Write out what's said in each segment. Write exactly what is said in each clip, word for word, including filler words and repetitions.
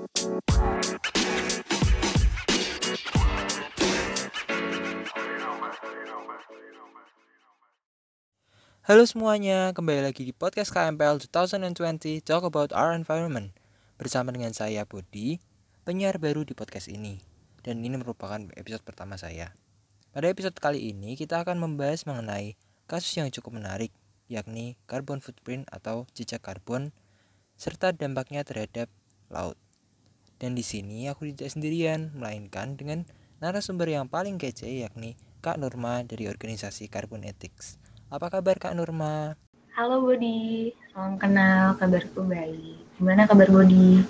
Halo semuanya, kembali lagi di podcast K M P L dua ribu dua puluh Talk About Our Environment. Bersama dengan saya Budi, penyiar baru di podcast ini. Dan ini merupakan episode pertama saya. Pada episode kali ini kita akan membahas mengenai kasus yang cukup menarik, yakni carbon footprint atau jejak karbon serta dampaknya terhadap laut. Dan di sini aku tidak sendirian, melainkan dengan narasumber yang paling kece, yakni Kak Nurma dari organisasi Carbon Ethics. Apa kabar Kak Nurma? Halo Bodi, salam kenal, kabarku baik. Gimana kabar Bodi?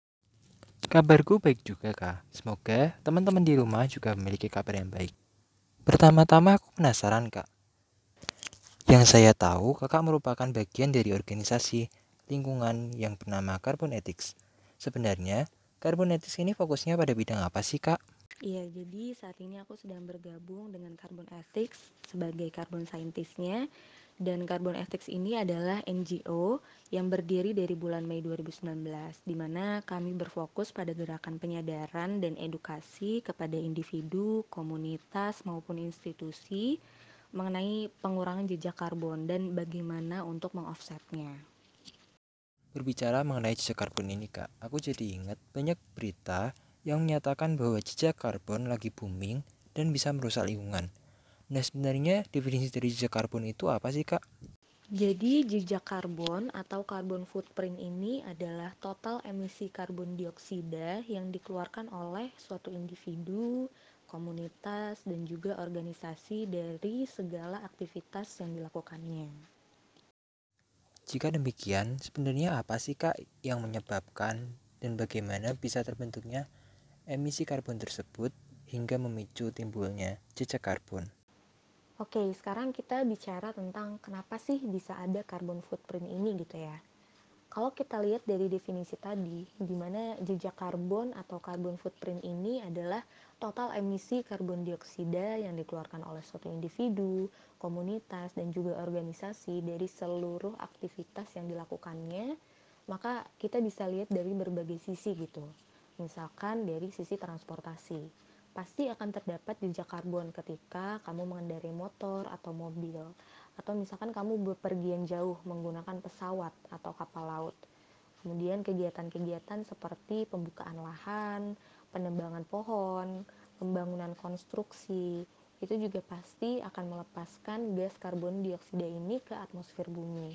Kabarku baik juga Kak. Semoga teman-teman di rumah juga memiliki kabar yang baik. Pertama-tama aku penasaran Kak. Yang saya tahu Kakak merupakan bagian dari organisasi lingkungan yang bernama Carbon Ethics. Sebenarnya Carbon Ethics ini fokusnya pada bidang apa sih Kak? Iya, jadi saat ini aku sedang bergabung dengan Carbon Ethics sebagai carbon scientist-nya. Dan Carbon Ethics ini adalah N G O yang berdiri dari bulan Mei dua ribu sembilan belas, di mana kami berfokus pada gerakan penyadaran dan edukasi kepada individu, komunitas, maupun institusi mengenai pengurangan jejak karbon dan bagaimana untuk mengoffsetnya. Berbicara mengenai jejak karbon ini Kak, aku jadi ingat banyak berita yang menyatakan bahwa jejak karbon lagi booming dan bisa merusak lingkungan. Nah sebenarnya definisi dari jejak karbon itu apa sih Kak? Jadi jejak karbon atau carbon footprint ini adalah total emisi karbon dioksida yang dikeluarkan oleh suatu individu, komunitas, dan juga organisasi dari segala aktivitas yang dilakukannya. Jika demikian, sebenarnya apa sih Kak yang menyebabkan dan bagaimana bisa terbentuknya emisi karbon tersebut hingga memicu timbulnya jejak karbon? Oke, sekarang kita bicara tentang kenapa sih bisa ada carbon footprint ini gitu ya. Kalau kita lihat dari definisi tadi, di mana jejak karbon atau carbon footprint ini adalah total emisi karbon dioksida yang dikeluarkan oleh suatu individu, komunitas, dan juga organisasi dari seluruh aktivitas yang dilakukannya, maka kita bisa lihat dari berbagai sisi gitu. Misalkan dari sisi transportasi, pasti akan terdapat jejak karbon ketika kamu mengendarai motor atau mobil, atau misalkan kamu bepergian jauh menggunakan pesawat atau kapal laut. Kemudian kegiatan-kegiatan seperti pembukaan lahan, penebangan pohon, pembangunan konstruksi, itu juga pasti akan melepaskan gas karbon dioksida ini ke atmosfer bumi.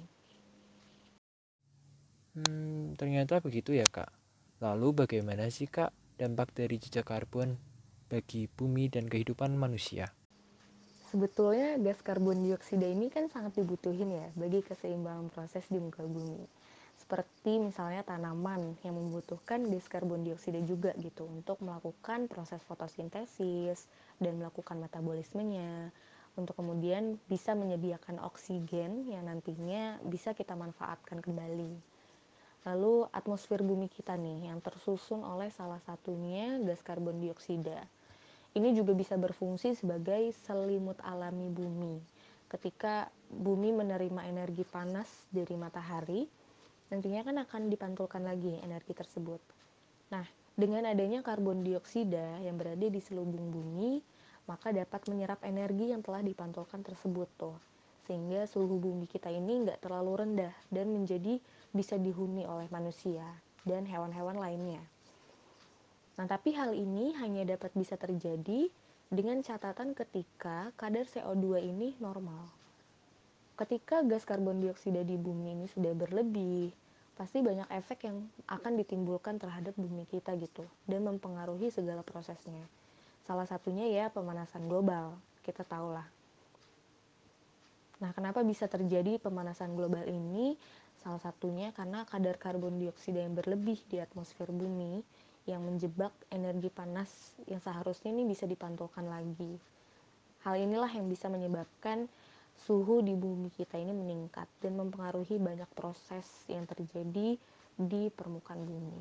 Hmm, ternyata begitu ya Kak. Lalu bagaimana sih Kak dampak dari jejak karbon bagi bumi dan kehidupan manusia? Sebetulnya gas karbon dioksida ini kan sangat dibutuhin ya bagi keseimbangan proses di muka bumi. Seperti misalnya tanaman yang membutuhkan gas karbon dioksida juga gitu untuk melakukan proses fotosintesis dan melakukan metabolismenya, untuk kemudian bisa menyediakan oksigen yang nantinya bisa kita manfaatkan kembali. Lalu atmosfer bumi kita nih yang tersusun oleh salah satunya gas karbon dioksida. Ini juga bisa berfungsi sebagai selimut alami bumi. Ketika bumi menerima energi panas dari matahari, nantinya kan akan dipantulkan lagi energi tersebut. Nah, dengan adanya karbon dioksida yang berada di selubung bumi, maka dapat menyerap energi yang telah dipantulkan tersebut tuh. Sehingga suhu bumi kita ini nggak terlalu rendah dan menjadi bisa dihuni oleh manusia dan hewan-hewan lainnya. Nah, tapi hal ini hanya dapat bisa terjadi dengan catatan ketika kadar C O dua ini normal. Ketika gas karbon dioksida di bumi ini sudah berlebih, pasti banyak efek yang akan ditimbulkan terhadap bumi kita gitu dan mempengaruhi segala prosesnya. Salah satunya ya pemanasan global, kita tahulah. Nah, kenapa bisa terjadi pemanasan global ini? Salah satunya karena kadar karbon dioksida yang berlebih di atmosfer bumi yang menjebak energi panas yang seharusnya ini bisa dipantulkan lagi. Hal inilah yang bisa menyebabkan suhu di bumi kita ini meningkat dan mempengaruhi banyak proses yang terjadi di permukaan bumi.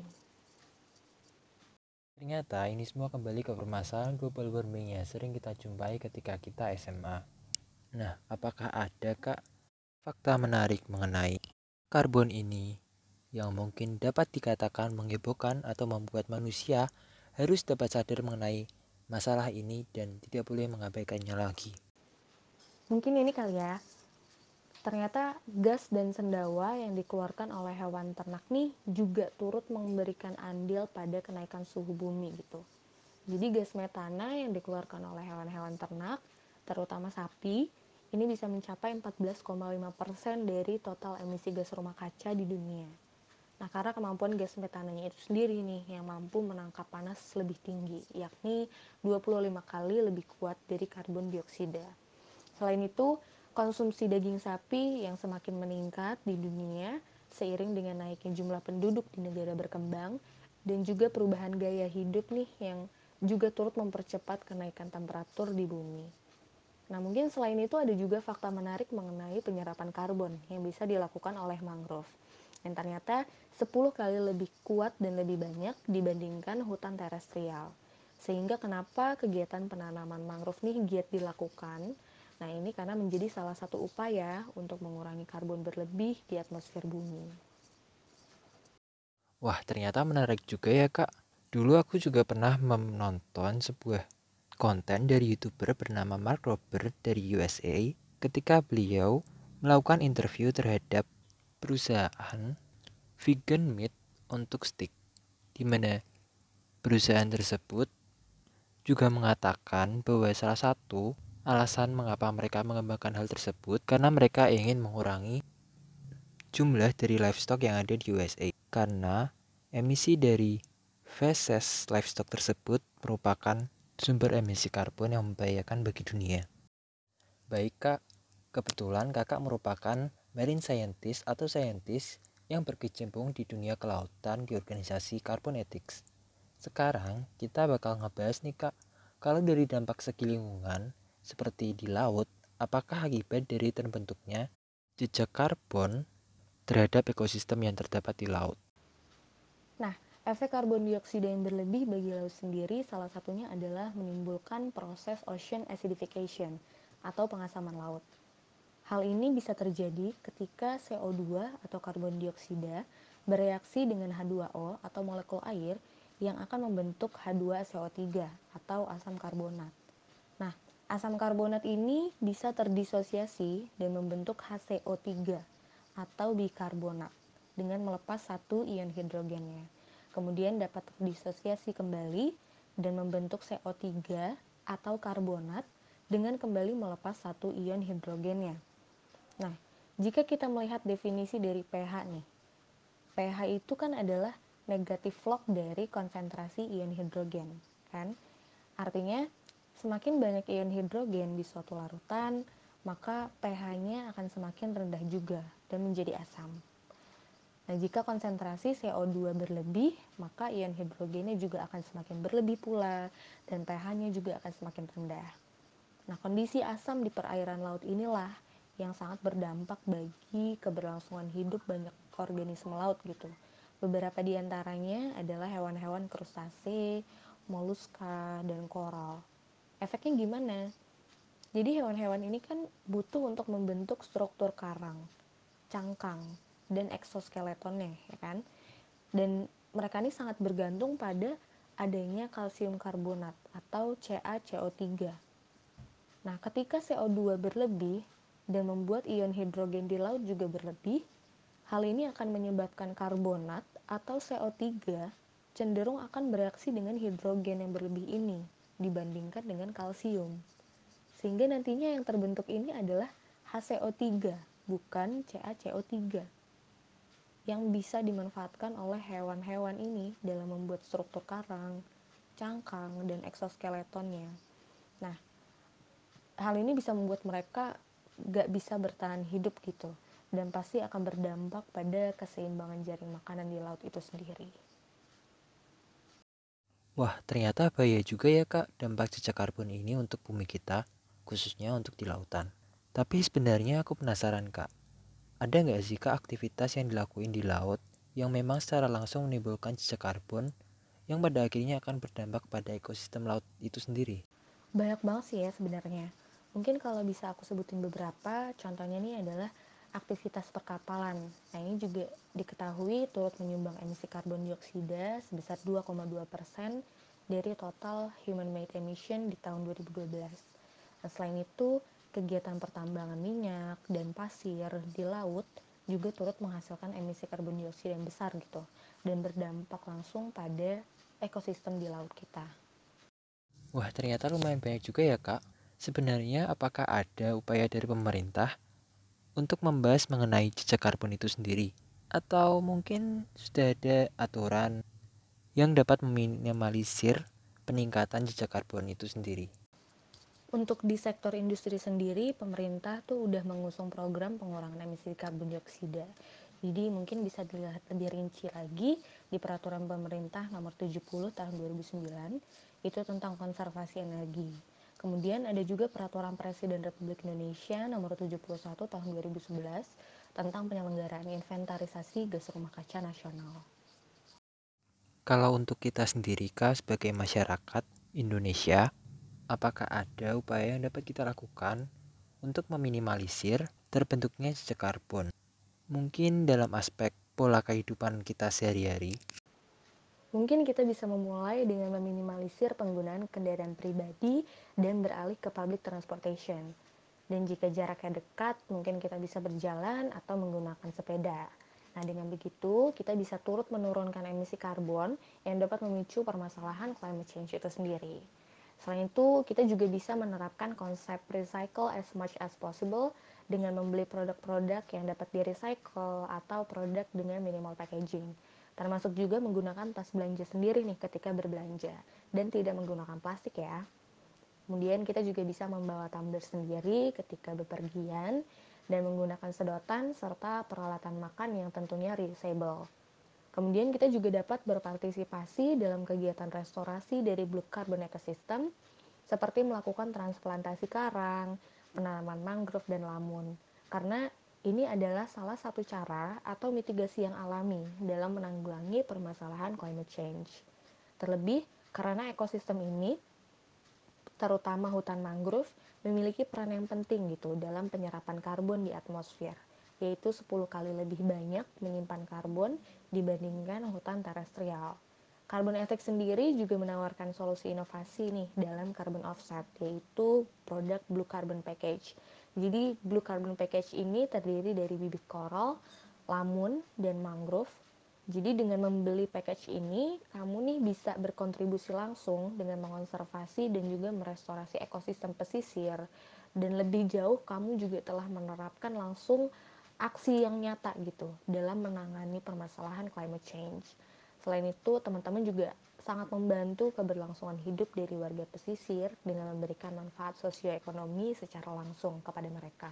Ternyata ini semua kembali ke permasalahan global warming yang sering kita jumpai ketika kita S M A. Nah, apakah ada Kak fakta menarik mengenai karbon ini yang mungkin dapat dikatakan menghebohkan atau membuat manusia harus dapat sadar mengenai masalah ini dan tidak boleh mengabaikannya lagi. Mungkin ini kali ya, ternyata gas dan sendawa yang dikeluarkan oleh hewan ternak nih juga turut memberikan andil pada kenaikan suhu bumi gitu. Jadi gas metana yang dikeluarkan oleh hewan-hewan ternak, terutama sapi, ini bisa mencapai empat belas koma lima persen dari total emisi gas rumah kaca di dunia. Nah, karena kemampuan gas metananya itu sendiri nih yang mampu menangkap panas lebih tinggi, yakni dua puluh lima kali lebih kuat dari karbon dioksida. Selain itu, konsumsi daging sapi yang semakin meningkat di dunia seiring dengan naiknya jumlah penduduk di negara berkembang dan juga perubahan gaya hidup nih yang juga turut mempercepat kenaikan temperatur di bumi. Nah, mungkin selain itu ada juga fakta menarik mengenai penyerapan karbon yang bisa dilakukan oleh mangrove. Yang ternyata sepuluh kali lebih kuat dan lebih banyak dibandingkan hutan terestrial. Sehingga kenapa kegiatan penanaman mangrove nih giat dilakukan? Nah, ini karena menjadi salah satu upaya untuk mengurangi karbon berlebih di atmosfer bumi. Wah, ternyata menarik juga ya, Kak. Dulu aku juga pernah menonton sebuah konten dari YouTuber bernama Mark Robert dari U S A ketika beliau melakukan interview terhadap perusahaan vegan meat untuk steak, di mana perusahaan tersebut juga mengatakan bahwa salah satu alasan mengapa mereka mengembangkan hal tersebut karena mereka ingin mengurangi jumlah dari livestock yang ada di U S A. Karena emisi dari feces livestock tersebut merupakan sumber emisi karbon yang membahayakan bagi dunia. Baik Kak, kebetulan Kakak merupakan marine scientist atau scientist yang berkecimpung di dunia kelautan di organisasi Carbon Ethics. Sekarang kita bakal ngebahas nih Kak, kalau dari dampak segi lingkungan seperti di laut, apakah akibat dari terbentuknya jejak karbon terhadap ekosistem yang terdapat di laut? Nah, efek karbon dioksida yang berlebih bagi laut sendiri salah satunya adalah menimbulkan proses ocean acidification atau pengasaman laut. Hal ini bisa terjadi ketika C O dua atau karbon dioksida bereaksi dengan H dua O atau molekul air yang akan membentuk H dua C O tiga atau asam karbonat. Nah, asam karbonat ini bisa terdisosiasi dan membentuk H C O tiga atau bikarbonat dengan melepas satu ion hidrogennya. Kemudian dapat terdisosiasi kembali dan membentuk C O tiga atau karbonat dengan kembali melepas satu ion hidrogennya. Nah, jika kita melihat definisi dari pH nih, pH itu kan adalah negatif log dari konsentrasi ion hidrogen, kan? Artinya, semakin banyak ion hidrogen di suatu larutan, maka pH-nya akan semakin rendah juga dan menjadi asam. Nah, jika konsentrasi C O dua berlebih, maka ion hidrogennya juga akan semakin berlebih pula dan pH-nya juga akan semakin rendah. Nah, kondisi asam di perairan laut inilah yang sangat berdampak bagi keberlangsungan hidup banyak organisme laut gitu. Beberapa di antaranya adalah hewan-hewan krustase, moluska, dan koral. Efeknya gimana? Jadi hewan-hewan ini kan butuh untuk membentuk struktur karang, cangkang, dan eksoskeletonnya, ya kan? Dan mereka ini sangat bergantung pada adanya kalsium karbonat atau C a C O tiga. Nah, ketika C O dua berlebih dan membuat ion hidrogen di laut juga berlebih, hal ini akan menyebabkan karbonat atau C O tiga cenderung akan bereaksi dengan hidrogen yang berlebih ini dibandingkan dengan kalsium. Sehingga nantinya yang terbentuk ini adalah H C O tiga, bukan C a C O tiga. Yang bisa dimanfaatkan oleh hewan-hewan ini dalam membuat struktur karang, cangkang, dan eksoskeletonnya. Nah, hal ini bisa membuat mereka gak bisa bertahan hidup gitu, dan pasti akan berdampak pada keseimbangan jaring makanan di laut itu sendiri. Wah, ternyata bahaya juga ya Kak dampak jejak karbon ini untuk bumi kita, khususnya untuk di lautan. Tapi sebenarnya aku penasaran Kak, ada nggak sih Kak aktivitas yang dilakuin di laut yang memang secara langsung menimbulkan jejak karbon yang pada akhirnya akan berdampak pada ekosistem laut itu sendiri? Banyak banget sih ya sebenarnya. Mungkin kalau bisa aku sebutin beberapa, contohnya nih adalah aktivitas perkapalan. Nah, ini juga diketahui turut menyumbang emisi karbon dioksida sebesar dua koma dua persen dari total human-made emission di tahun dua ribu dua belas. Nah, selain itu, kegiatan pertambangan minyak dan pasir di laut juga turut menghasilkan emisi karbon dioksida yang besar gitu, dan berdampak langsung pada ekosistem di laut kita. Wah, ternyata lumayan banyak juga ya, Kak. Sebenarnya apakah ada upaya dari pemerintah untuk membahas mengenai jejak karbon itu sendiri? Atau mungkin sudah ada aturan yang dapat meminimalisir peningkatan jejak karbon itu sendiri? Untuk di sektor industri sendiri, pemerintah tuh udah mengusung program pengurangan emisi karbon dioksida. Jadi mungkin bisa dilihat lebih rinci lagi di peraturan pemerintah nomor tujuh puluh tahun dua ribu sembilan, itu tentang konservasi energi. Kemudian ada juga peraturan Presiden Republik Indonesia nomor tujuh puluh satu tahun dua ribu sebelas tentang penyelenggaraan inventarisasi gas rumah kaca nasional. Kalau untuk kita sendiri, Kak, sebagai masyarakat Indonesia, apakah ada upaya yang dapat kita lakukan untuk meminimalisir terbentuknya jejak karbon? Mungkin dalam aspek pola kehidupan kita sehari-hari. Mungkin kita bisa memulai dengan meminimalisir penggunaan kendaraan pribadi dan beralih ke public transportation. Dan jika jaraknya dekat, mungkin kita bisa berjalan atau menggunakan sepeda. Nah, dengan begitu, kita bisa turut menurunkan emisi karbon yang dapat memicu permasalahan climate change itu sendiri. Selain itu, kita juga bisa menerapkan konsep recycle as much as possible dengan membeli produk-produk yang dapat di-recycle atau produk dengan minimal packaging. Termasuk juga menggunakan tas belanja sendiri nih ketika berbelanja dan tidak menggunakan plastik ya. Kemudian kita juga bisa membawa tumbler sendiri ketika bepergian dan menggunakan sedotan serta peralatan makan yang tentunya reusable. Kemudian kita juga dapat berpartisipasi dalam kegiatan restorasi dari blue carbon ecosystem seperti melakukan transplantasi karang, penanaman mangrove dan lamun. Karena ini adalah salah satu cara atau mitigasi yang alami dalam menanggulangi permasalahan climate change. Terlebih karena ekosistem ini, terutama hutan mangrove, memiliki peran yang penting gitu dalam penyerapan karbon di atmosfer, yaitu sepuluh kali lebih banyak menyimpan karbon dibandingkan hutan terestrial. Carbon Ethics sendiri juga menawarkan solusi inovasi nih dalam carbon offset, yaitu produk Blue Carbon Package. Jadi Blue Carbon Package ini terdiri dari bibit koral, lamun, dan mangrove. Jadi dengan membeli package ini, kamu nih bisa berkontribusi langsung dengan mengonservasi dan juga merestorasi ekosistem pesisir. Dan lebih jauh, kamu juga telah menerapkan langsung aksi yang nyata gitu dalam menangani permasalahan climate change. Selain itu, teman-teman juga sangat membantu keberlangsungan hidup dari warga pesisir dengan memberikan manfaat sosioekonomi secara langsung kepada mereka.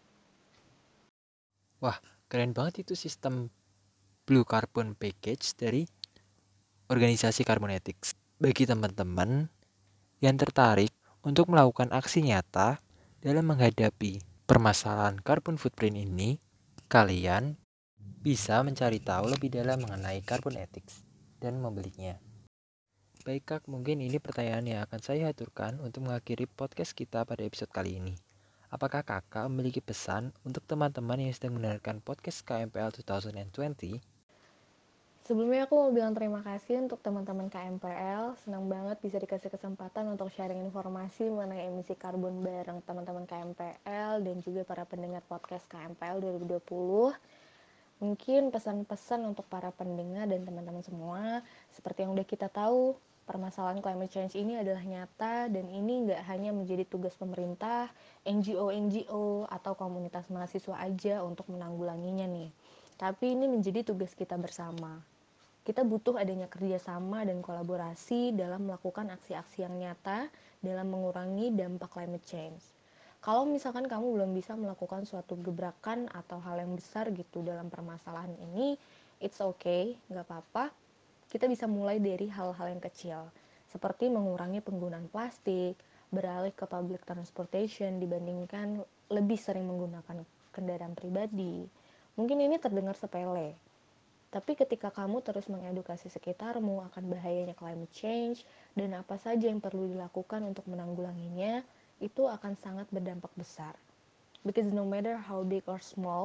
Wah, keren banget itu sistem Blue Carbon Package dari organisasi Carbon Ethics. Bagi teman-teman yang tertarik untuk melakukan aksi nyata dalam menghadapi permasalahan carbon footprint ini, kalian bisa mencari tahu lebih dalam mengenai Carbon Ethics dan membelinya. Baik Kak, mungkin ini pertanyaan yang akan saya aturkan untuk mengakhiri podcast kita pada episode kali ini. Apakah kakak memiliki pesan untuk teman-teman yang sedang mendengarkan podcast K M P L dua ribu dua puluh? Sebelumnya aku mau bilang terima kasih untuk teman-teman K M P L. Senang banget bisa dikasih kesempatan untuk sharing informasi mengenai emisi karbon bareng teman-teman K M P L dan juga para pendengar podcast K M P L dua ribu dua puluh. Mungkin pesan-pesan untuk para pendengar dan teman-teman semua, seperti yang udah kita tahu, permasalahan climate change ini adalah nyata dan ini nggak hanya menjadi tugas pemerintah, N G O-N G O, atau komunitas mahasiswa aja untuk menanggulanginya nih. Tapi ini menjadi tugas kita bersama. Kita butuh adanya kerjasama dan kolaborasi dalam melakukan aksi-aksi yang nyata dalam mengurangi dampak climate change. Kalau misalkan kamu belum bisa melakukan suatu gebrakan atau hal yang besar gitu dalam permasalahan ini, it's okay, nggak apa-apa. Kita bisa mulai dari hal-hal yang kecil, seperti mengurangi penggunaan plastik, beralih ke public transportation dibandingkan lebih sering menggunakan kendaraan pribadi. Mungkin ini terdengar sepele, tapi ketika kamu terus mengedukasi sekitarmu akan bahayanya climate change dan apa saja yang perlu dilakukan untuk menanggulanginya, itu akan sangat berdampak besar. Because no matter how big or small,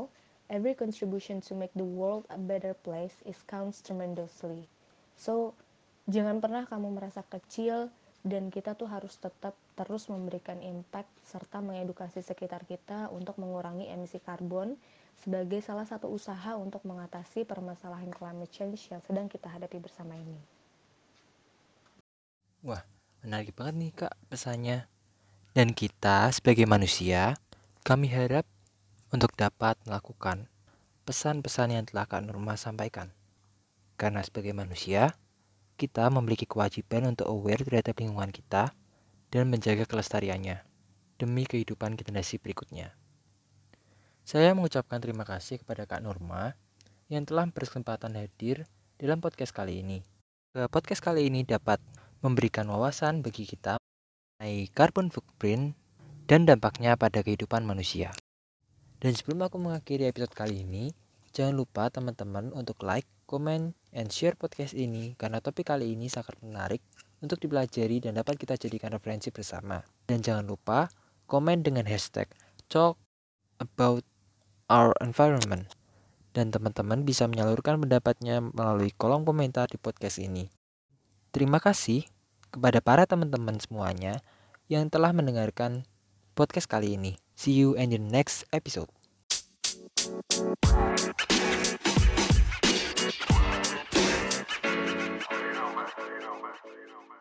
Every contribution to make the world a better place is counts tremendously. So, jangan pernah kamu merasa kecil, dan kita tuh harus tetap terus memberikan impact serta mengedukasi sekitar kita untuk mengurangi emisi karbon sebagai salah satu usaha untuk mengatasi permasalahan climate change yang sedang kita hadapi bersama ini. Wah, menarik banget nih Kak pesannya. Dan kita sebagai manusia, kami harap untuk dapat melakukan pesan-pesan yang telah Kak Nurma sampaikan. Karena sebagai manusia, kita memiliki kewajiban untuk aware terhadap lingkungan kita dan menjaga kelestariannya demi kehidupan generasi berikutnya. Saya mengucapkan terima kasih kepada Kak Nurma yang telah berkesempatan hadir dalam podcast kali ini. Podcast kali ini dapat memberikan wawasan bagi kita mengenai carbon footprint dan dampaknya pada kehidupan manusia. Dan sebelum aku mengakhiri episode kali ini, jangan lupa teman-teman untuk like, comment, and share podcast ini karena topik kali ini sangat menarik untuk dipelajari dan dapat kita jadikan referensi bersama. Dan jangan lupa komen dengan hashtag talk about our environment. Dan teman-teman bisa menyalurkan pendapatnya melalui kolom komentar di podcast ini. Terima kasih kepada para teman-teman semuanya yang telah mendengarkan podcast kali ini. See you in the next episode. You know, man. You know, man. You know, man.